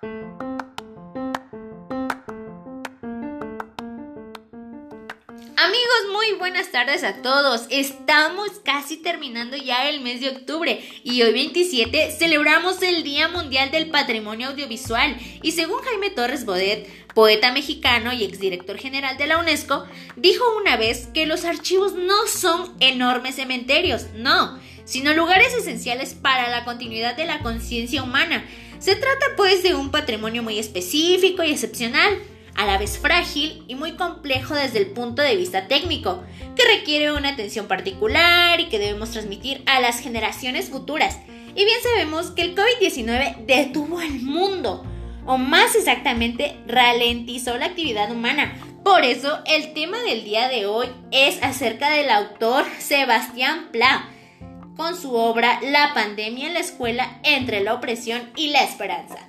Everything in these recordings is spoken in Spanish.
Amigos, muy buenas tardes a todos. Estamos casi terminando ya el mes de octubre y hoy 27 celebramos el Día Mundial del Patrimonio Audiovisual y según Jaime Torres Bodet, poeta mexicano y exdirector general de la UNESCO, dijo una vez que los archivos no son enormes cementerios, no, sino lugares esenciales para la continuidad de la conciencia humana. Se trata pues de un patrimonio muy específico y excepcional, a la vez frágil y muy complejo desde el punto de vista técnico, que requiere una atención particular y que debemos transmitir a las generaciones futuras. Y bien sabemos que el COVID-19 detuvo al mundo, o más exactamente, ralentizó la actividad humana. Por eso, el tema del día de hoy es acerca del autor Sebastián Pla, con su obra La pandemia en la escuela, entre la opresión y la esperanza.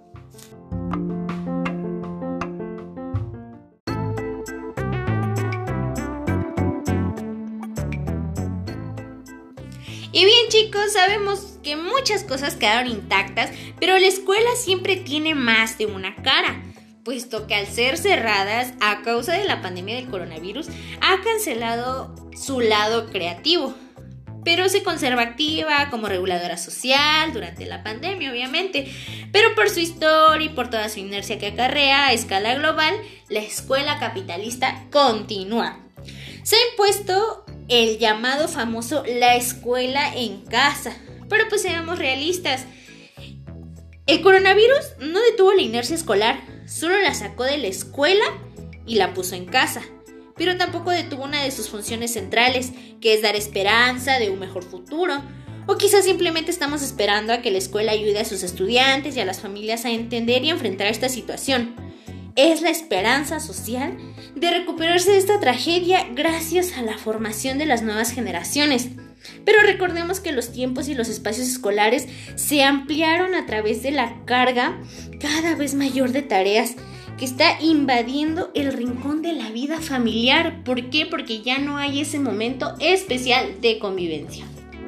Y bien chicos, sabemos que muchas cosas quedaron intactas, pero la escuela siempre tiene más de una cara, puesto que al ser cerradas a causa de la pandemia del coronavirus, ha cancelado su lado creativo, pero se conserva activa como reguladora social durante la pandemia, obviamente, pero por su historia y por toda su inercia que acarrea a escala global, la escuela capitalista continúa. Se ha impuesto el llamado famoso la escuela en casa, pero pues seamos realistas. El coronavirus no detuvo la inercia escolar, solo la sacó de la escuela y la puso en casa, pero tampoco detuvo una de sus funciones centrales, que es dar esperanza de un mejor futuro, o quizás simplemente estamos esperando a que la escuela ayude a sus estudiantes y a las familias a entender y enfrentar esta situación. Es la esperanza social de recuperarse de esta tragedia gracias a la formación de las nuevas generaciones. Pero recordemos que los tiempos y los espacios escolares se ampliaron a través de la carga cada vez mayor de tareas que está invadiendo el rincón de la vida familiar. ¿Por qué? Porque ya no hay ese momento especial de convivencia.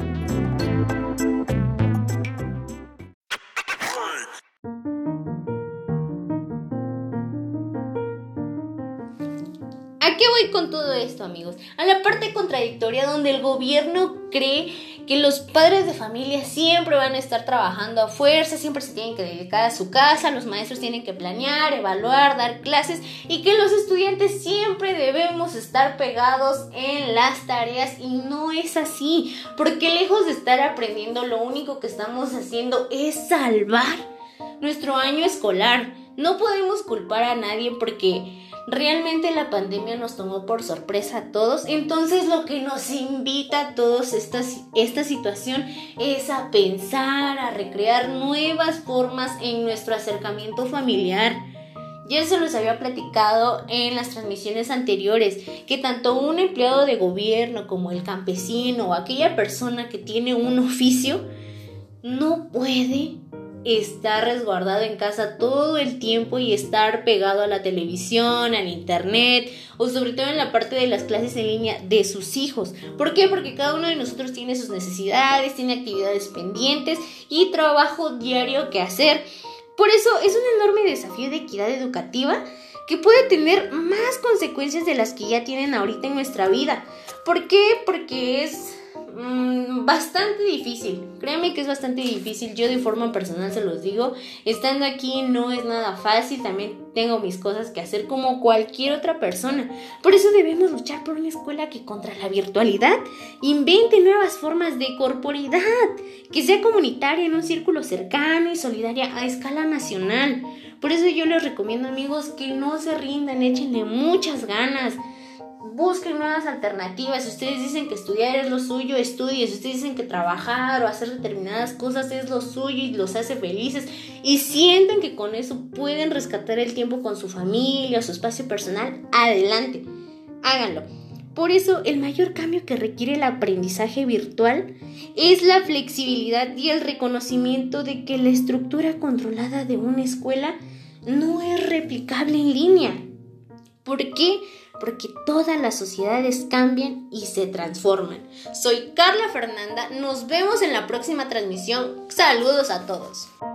¿A qué voy con todo esto, amigos? A la parte contradictoria donde el gobierno cree que los padres de familia siempre van a estar trabajando a fuerza, siempre se tienen que dedicar a su casa, los maestros tienen que planear, evaluar, dar clases y que los estudiantes siempre debemos estar pegados en las tareas y no es así, porque lejos de estar aprendiendo lo único que estamos haciendo es salvar nuestro año escolar. No podemos culpar a nadie porque realmente la pandemia nos tomó por sorpresa a todos, entonces lo que nos invita a todos esta situación es a pensar, a recrear nuevas formas en nuestro acercamiento familiar. Ya se los había platicado en las transmisiones anteriores que tanto un empleado de gobierno como el campesino o aquella persona que tiene un oficio no puede estar resguardado en casa todo el tiempo y estar pegado a la televisión, al internet o sobre todo en la parte de las clases en línea de sus hijos. ¿Por qué? Porque cada uno de nosotros tiene sus necesidades, tiene actividades pendientes y trabajo diario que hacer. Por eso es un enorme desafío de equidad educativa que puede tener más consecuencias de las que ya tienen ahorita en nuestra vida. ¿Por qué? Porque es bastante difícil, créanme que es bastante difícil. Yo de forma personal se los digo, estando aquí no es nada fácil, también tengo mis cosas que hacer como cualquier otra persona. Por eso debemos luchar por una escuela que contra la virtualidad invente nuevas formas de corporeidad, que sea comunitaria en un círculo cercano y solidaria a escala nacional. Por eso yo les recomiendo, amigos, que no se rindan, échenle muchas ganas. Busquen nuevas alternativas. Si ustedes dicen que estudiar es lo suyo, estudien. Si ustedes dicen que trabajar o hacer determinadas cosas es lo suyo y los hace felices y sienten que con eso pueden rescatar el tiempo con su familia o su espacio personal, adelante, háganlo. Por eso el mayor cambio que requiere el aprendizaje virtual es la flexibilidad y el reconocimiento de que la estructura controlada de una escuela no es replicable en línea. ¿Por qué? Porque todas las sociedades cambian y se transforman. Soy Carla Fernanda, nos vemos en la próxima transmisión. Saludos a todos.